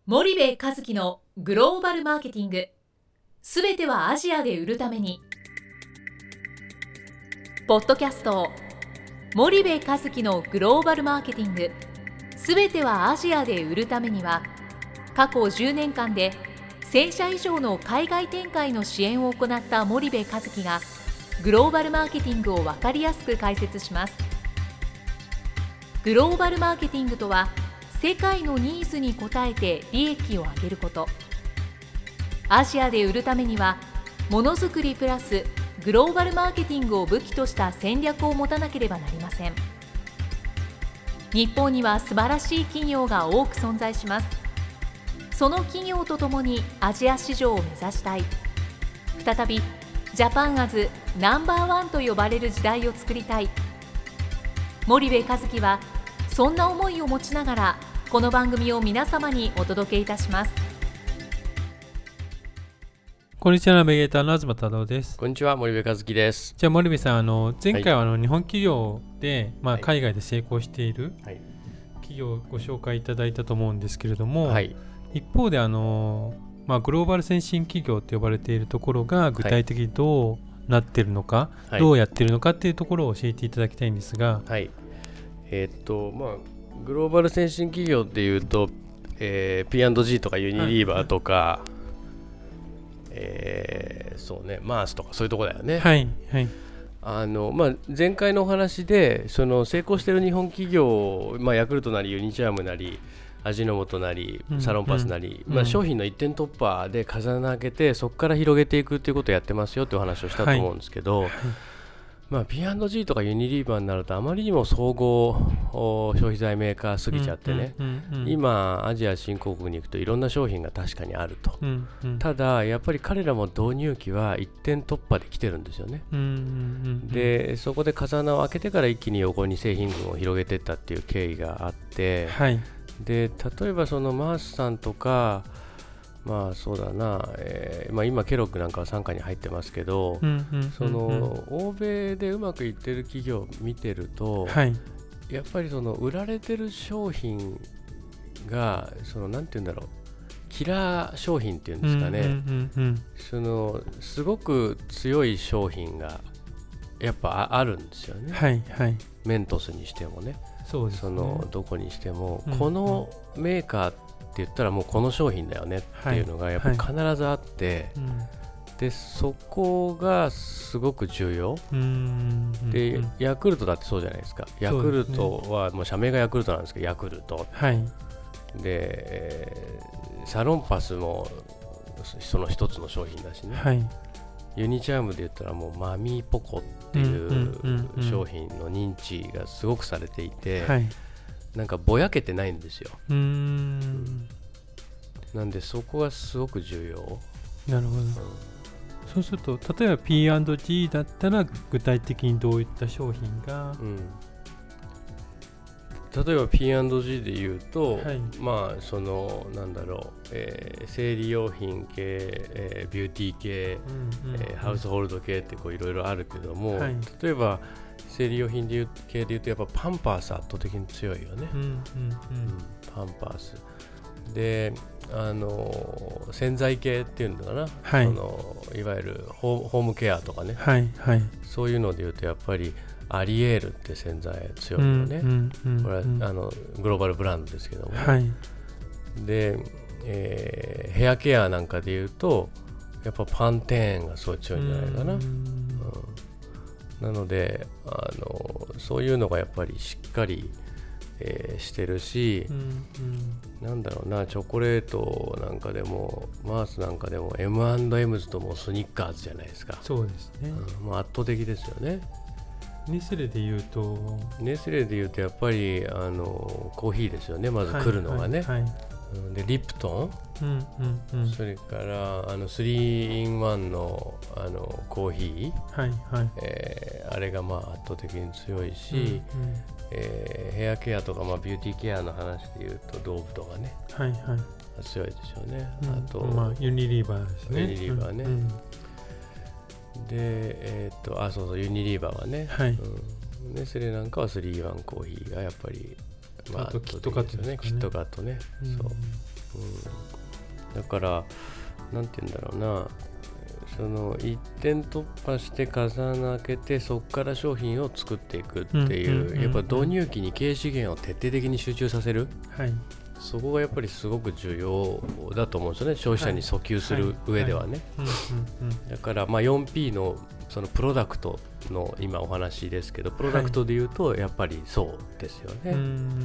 森部一樹のグローバルマーケティング、すべてはアジアで売るために。ポッドキャスト森部一樹のグローバルマーケティング、すべてはアジアで売るためには、過去10年間で1000社以上の海外展開の支援を行った森部一樹がグローバルマーケティングを分かりやすく解説します。グローバルマーケティングとは、世界のニーズに応えて利益を上げること。アジアで売るためには、ものづくりプラスグローバルマーケティングを武器とした戦略を持たなければなりません。日本には素晴らしい企業が多く存在します。その企業とともにアジア市場を目指したい。再びジャパンアズナンバーワンと呼ばれる時代を作りたい。森部一樹はそんな思いを持ちながら、この番組を皆様にお届けいたします。 こんにちは、ナビゲーターの東太郎です。 こんにちは、森部一樹です。 じゃあ森部さん、前回は日本企業で、海外で成功している企業をご紹介いただいたと思うんですけれども、一方でグローバル先進企業と呼ばれているところが具体的にどうなっているのか、どうやっているのかっていうところを教えていただきたいんですが、 グローバル先進企業っていうと、P&G とかユニリーバーとか、そうね、マースとかそういうところだよね。前回のお話でその成功している日本企業、ヤクルトなりユニチャームなり味の素なりサロンパスなり、商品の一点突破で風穴開けてそこから広げていくっていうことをやってますよっていう話をしたと思うんですけど、P&G とかユニリーバーになるとあまりにも総合消費財メーカーすぎちゃってね、今アジア新興国に行くといろんな商品が確かにあると、ただやっぱり彼らも導入期は一点突破で来てるんですよね。でそこで風穴を開けてから一気に横に製品群を広げていったっていう経緯があって、で例えばそのマースさんとかそうだな、今ケロッグなんかは傘下に入ってますけど、その欧米でうまくいってる企業を見てると、やっぱりその売られてる商品がそのなんていうんだろう、キラー商品っていうんですかね、そのすごく強い商品がやっぱあるんですよね。メントスにしてもね、そのどこにしても、このメーカーって言ったらもうこの商品だよねっていうのがやっぱ必ずあって、でそこがすごく重要で、ヤクルトだってそうじゃないですか。ヤクルトはもう社名がヤクルトなんですけど、ヤクルト、で、サロンパスもその一つの商品だしね、ユニチャームで言ったらもうマミーポコっていう商品の認知がすごくされていて、なんかぼやけてないんですよ。なんでそこがすごく重要。 なるほど。そうすると例えば P&G だったら具体的にどういった商品が、 例えば P&G で言うと、そのなんだろう、生理用品系、ビューティー系、ハウスホールド系っていろいろあるけども、例えば生理用品系で言うとやっぱパンパース圧倒的に強いよね。パンパースで洗剤系っていうのかな、いわゆるホームケアとかね、そういうので言うとやっぱりアリエールって洗剤強いよね。これはグローバルブランドですけども、で、ヘアケアなんかで言うとやっぱパンテーンがすごい強いんじゃないかな。なのでそういうのがやっぱりしっかり、してるし、なんだろうな、チョコレートなんかでもマースなんかでも M&M's ともスニッカーズじゃないですか。 そうですね、 もう圧倒的ですよね。 ネスレで言うとやっぱりコーヒーですよね、まず来るのがね。でリプトン、それから3-in-1 のコーヒー、あれが圧倒的に強いし、ヘアケアとかビューティーケアの話でいうとドーブとかね、強いですよね。あと、 ユニリーバーですね。 ユニリーバーね。でそうユニリーバーはね、ネスレなんかは 3-in-1 コーヒーがやっぱりあとキットカットですかね。 キットカットね。そう。 だからなんて言うんだろうな、その一点突破して風穴開けてそこから商品を作っていくっていう、やっぱ導入期に経営資源を徹底的に集中させる、はい、そこがやっぱりすごく重要だと思うんですよね、消費者に訴求する上ではね。だからまあ 4P のそのプロダクトの今お話ですけど、プロダクトでいうとやっぱりそうですよね。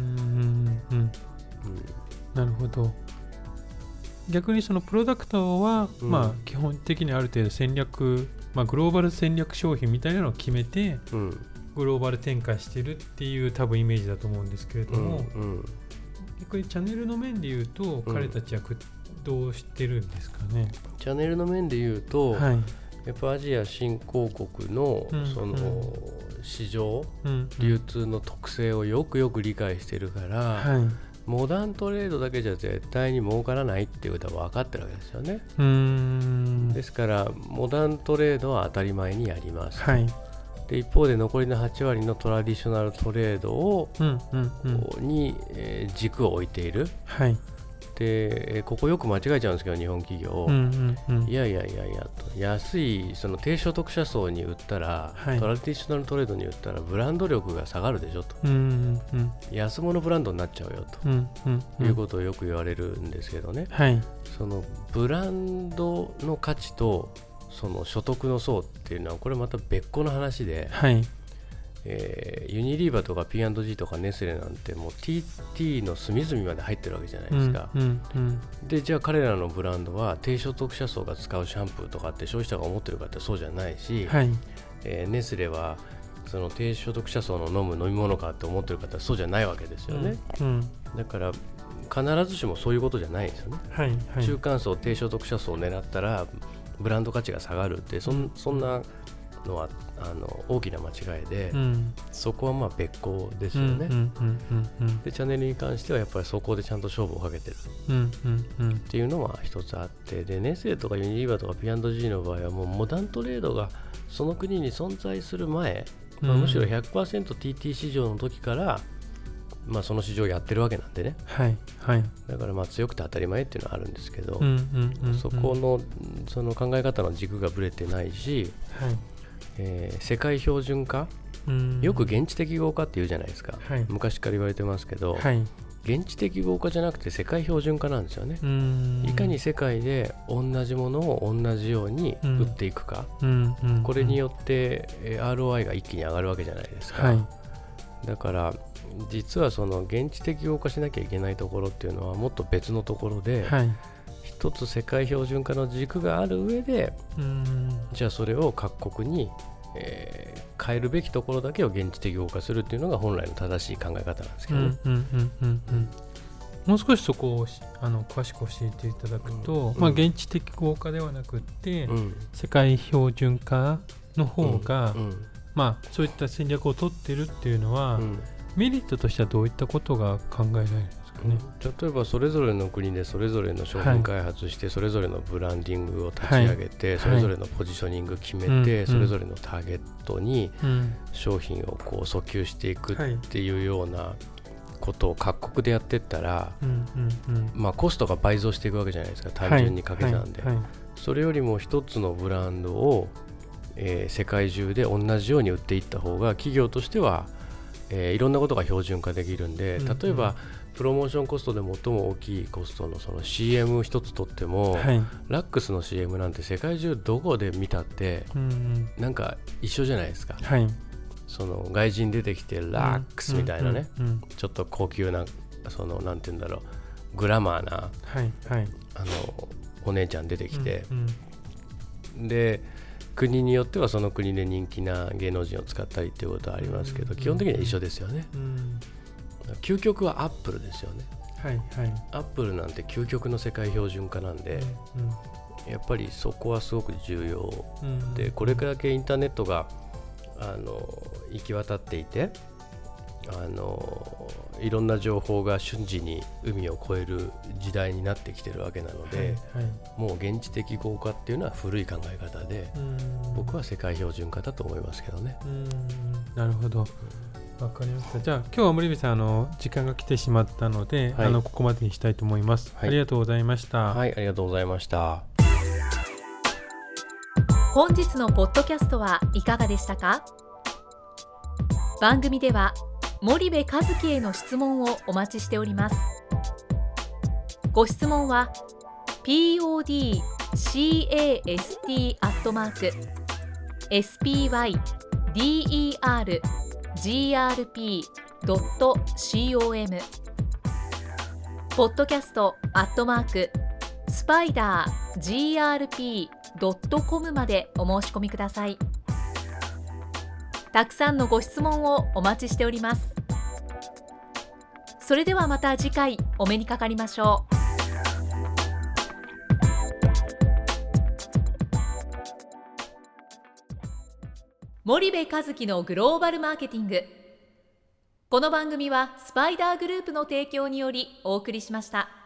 なるほど。逆にそのプロダクトは、まあ基本的にある程度戦略、まあ、グローバル戦略商品みたいなのを決めて、グローバル展開してるっていう多分イメージだと思うんですけれども、逆にチャンネルの面でいうと、彼たちはどうしてるんですかね。 チャンネルの面でいうと、はい、やっぱアジア新興国のその市場、流通の特性をよく理解してるから、はい、モダントレードだけじゃ絶対に儲からないっていうことは分かってるわけですよね。ですからモダントレードは当たり前にやります、はい、で一方で残りの8割のトラディショナルトレードを、に、軸を置いている、はい、でここよく間違えちゃうんですけど日本企業、いやと安いその低所得者層に売ったら、はい、トラディショナルトレードに売ったらブランド力が下がるでしょと、安物ブランドになっちゃうよと、いうことをよく言われるんですけどね、はい、そのブランドの価値とその所得の層っていうのはこれまた別個の話で、はい、ユニリーバーとか P&G とかネスレなんてもう TT の隅々まで入ってるわけじゃないですか、でじゃあ彼らのブランドは低所得者層が使うシャンプーとかって消費者が思ってるかってそうじゃないし、はい、ネスレはその低所得者層の飲む飲み物かって思ってる方はそうじゃないわけですよね、だから必ずしもそういうことじゃないですよね、はいはい、中間層低所得者層を狙ったらブランド価値が下がるってそんなのは大きな間違いで、そこはまあ別個ですよね。でチャンネルに関してはやっぱりそこでちゃんと勝負をかけてる、っていうのは一つあって、でネスレとかユニリーバーとか P&G の場合はもうモダントレードがその国に存在する前、むしろ 100%TT 市場の時からその市場をやってるわけなんでね、はいはい、だから強くて当たり前っていうのはあるんですけど、そこのその考え方の軸がぶれてないし、はい、世界標準化、よく現地適合化って言うじゃないですか、はい、昔から言われてますけど、はい、現地適合化じゃなくて世界標準化なんですよね。いかに世界で同じものを同じように売っていくか、これによって ROI が一気に上がるわけじゃないですか、はい、だから実はその現地適合化しなきゃいけないところっていうのはもっと別のところで、はい、一つ世界標準化の軸がある上で、じゃあそれを各国に、変えるべきところだけを現地適合化するっていうのが本来の正しい考え方なんですけどね。 もう少しそこを詳しく教えていただくと、現地適合化ではなくって、世界標準化の方が、そういった戦略を取ってるっていうのは、メリットとしてはどういったことが考えられるんですかね。 例えばそれぞれの国でそれぞれの商品開発して、それぞれのブランディングを立ち上げて、それぞれのポジショニング決めて、それぞれのターゲットに商品をこう訴求していくっていうようなことを各国でやっていったら、コストが倍増していくわけじゃないですか、単純に掛け算で、それよりも一つのブランドを、世界中で同じように売っていった方が企業としてはいろんなことが標準化できるんで、例えばプロモーションコストで最も大きいコストのその CM 一つとっても、ラックスの CM なんて世界中どこで見たってなんか一緒じゃないですか、その外人出てきてラックスみたいなね、ちょっと高級なそのなんて言うんだろう、グラマーな、お姉ちゃん出てきて、で国によってはその国で人気な芸能人を使ったりっていうことはありますけど、基本的には一緒ですよね。究極はアップルですよね。アップルなんて究極の世界標準化なんで、やっぱりそこはすごく重要で、これだけインターネットが行き渡っていて、いろんな情報が瞬時に海を越える時代になってきてるわけなので、もう現地適合化っていうのは古い考え方で、僕は世界標準化だと思いますけどね。 なるほど。 わかりました。じゃあ今日は森部さん時間が来てしまったので、 はい、 ここまでにしたいと思います、はい、ありがとうございました。 はい、ありがとうございました。 本日のポッドキャストはいかがでしたか？番組では森部一樹への質問をお待ちしております。ご質問は podcast@spydergrp.com podcast@spidergrp.com までお申し込みください。たくさんのご質問をお待ちしております。それではまた次回お目にかかりましょう。森部一樹のグローバルマーケティング。この番組はスパイダーグループの提供によりお送りしました。